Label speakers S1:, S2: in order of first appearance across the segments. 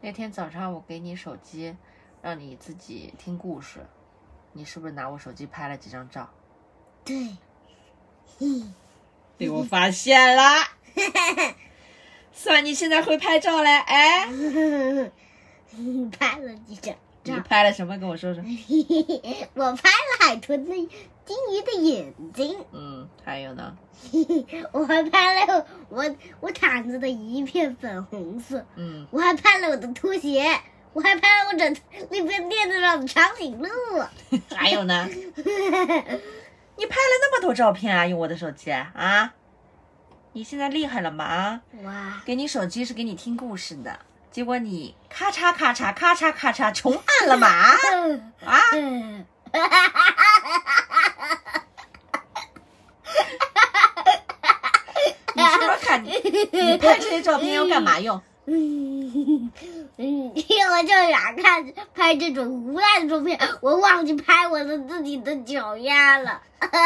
S1: 那天早上我给你手机，让你自己听故事，你是不是拿我手机拍了几张照？
S2: 对，
S1: 被我发现了。算你现在会拍照嘞，哎，
S2: 拍了几张
S1: 你拍了什么？跟我说说。
S2: 我拍了海豚的金鱼的眼睛。
S1: 还有呢？
S2: 我还拍了我毯子的一片粉红色。
S1: 我
S2: 还拍了我的拖鞋，我还拍了我那边垫子上的长颈鹿。
S1: 还有呢？你拍了那么多照片啊？用我的手机啊？你现在厉害了吗？
S2: 哇！
S1: 给你手机是给你听故事的，结果你咔嚓咔嚓咔嚓咔嚓重按了码啊！你说说看，你拍这些照片要干嘛用？
S2: 因为我就想拍这种无赖的照片，我忘记拍我自己的脚丫了。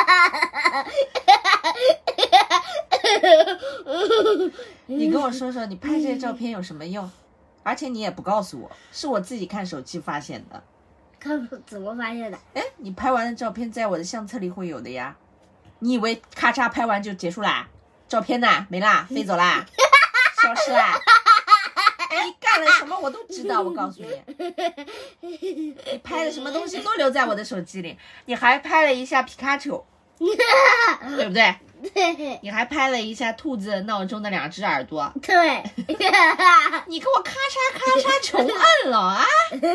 S1: 你跟我说说，你拍这些照片有什么用？而且你也不告诉我，是我自己看手机发现的。
S2: 看怎么发现的？
S1: 你拍完的照片在我的相册里会有的呀。你以为咔嚓拍完就结束啦？照片呢？没啦，飞走啦，消失啦。你干了什么我都知道，我告诉你，你拍的什么东西都留在我的手机里。你还拍了一下皮卡丘，对不对？
S2: 对。
S1: 你还拍了一下兔子闹钟的2只耳朵。
S2: 对。
S1: 你给我咔嚓咔嚓重按了啊！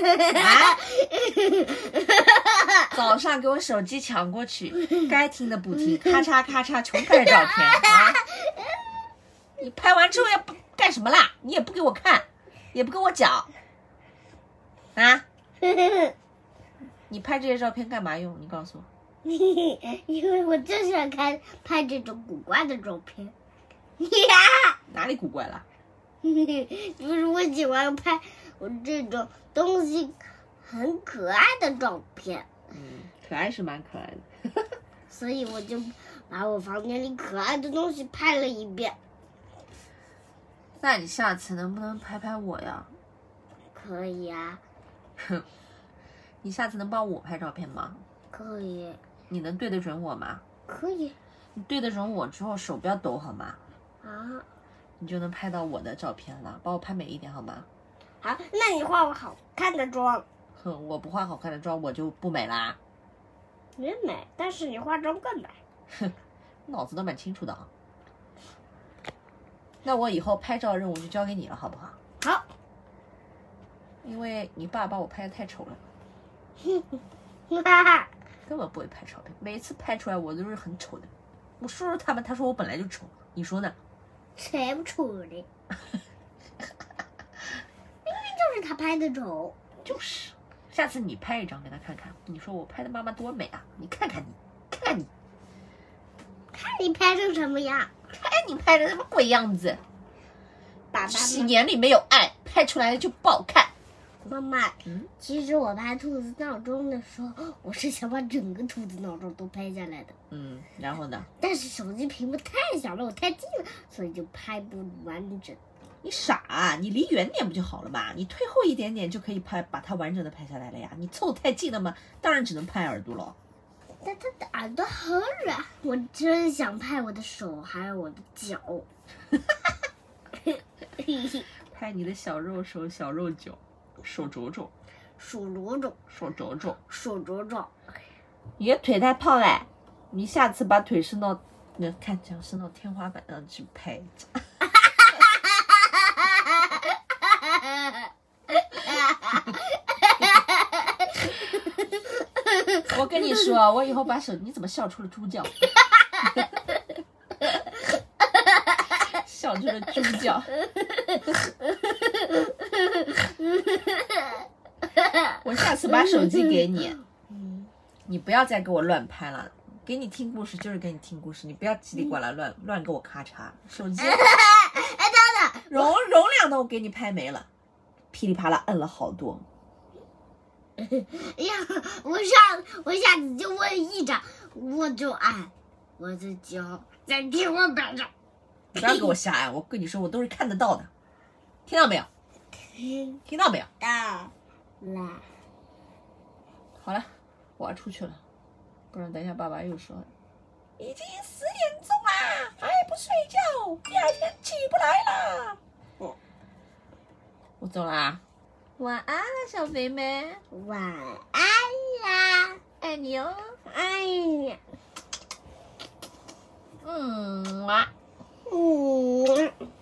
S1: 早上给我手机抢过去，该听的不听，咔嚓咔嚓重拍照片啊！你拍完之后要不干什么啦？你也不给我看，也不跟我讲啊！你拍这些照片干嘛用？你告诉我。
S2: 因为我就喜欢拍这种古怪的照片。
S1: 哪里古怪了？
S2: 就是我喜欢拍我这种东西很可爱的照片。
S1: 可爱是蛮可爱的。
S2: 所以我就把我房间里可爱的东西拍了一遍。
S1: 那你下次能不能拍拍我呀？
S2: 可以呀。
S1: 你下次能帮我拍照片吗？
S2: 可以。
S1: 你能对得准我吗？
S2: 可以。
S1: 你对得准我之后手不要抖好吗？
S2: 啊。
S1: 你就能拍到我的照片了，帮我拍美一点好吗？
S2: 好，那你化我好看的妆。
S1: 我不化好看的妆我就不美啦。
S2: 也美，但是你化妆更美。
S1: 脑子都蛮清楚的啊。那我以后拍照任务就交给你了，好不好？
S2: 好。
S1: 因为你爸把我拍得太丑了。根本不会拍照片，每次拍出来我都是很丑的。我说说他们，他说我本来就丑，你说呢？
S2: 谁不丑的？明明就是他拍的丑。
S1: 就是，下次你拍一张给他看看，你说我拍的妈妈多美啊！你看看你，看看你，
S2: 看你拍成什么样？
S1: 看你拍的什么鬼样子？
S2: 爸爸，
S1: 洗眼里没有爱，拍出来就不好看。
S2: 妈妈，其实我拍兔子闹钟的时候，我是想把整个兔子闹钟都拍下来的。
S1: 然后呢？
S2: 但是手机屏幕太小了，我太近了，所以就拍不完整。
S1: 你傻啊，你离远点不就好了嘛？你退后一点点就可以把它完整的拍下来了呀。你凑太近了嘛，当然只能拍耳朵了。
S2: 但它的耳朵很软，我真想拍我的手还有我的脚。
S1: 拍你的小肉手、小肉脚。手肘肘，
S2: 手肘肘，
S1: 手肘肘，
S2: 手肘肘。
S1: 你的腿太胖了，你下次把腿伸到，看这样伸到天花板上去拍。我跟你说，我以后把手，你怎么笑出了猪叫？笑出了猪叫。我下次把手机给你，你不要再给我乱拍了。给你听故事就是给你听故事，你不要叽里呱啦乱给我咔嚓。手机容量都给你拍没了，噼里啪啦摁了好多。
S2: 呀，我下次就问一张，我就按我的脚在天花板上。
S1: 你不要给我瞎按，我跟你说，我都是看得到的，听到没有？ 听到没有？
S2: 到了。
S1: 好了，我要出去了，不然等一下爸爸又说已经10点钟啦，还不睡觉，第二天起不来啦。我走啦，晚安了，小肥妹，
S2: 晚安啦，
S1: 爱你哦，
S2: 爱你。
S1: 哇。
S2: 嗯。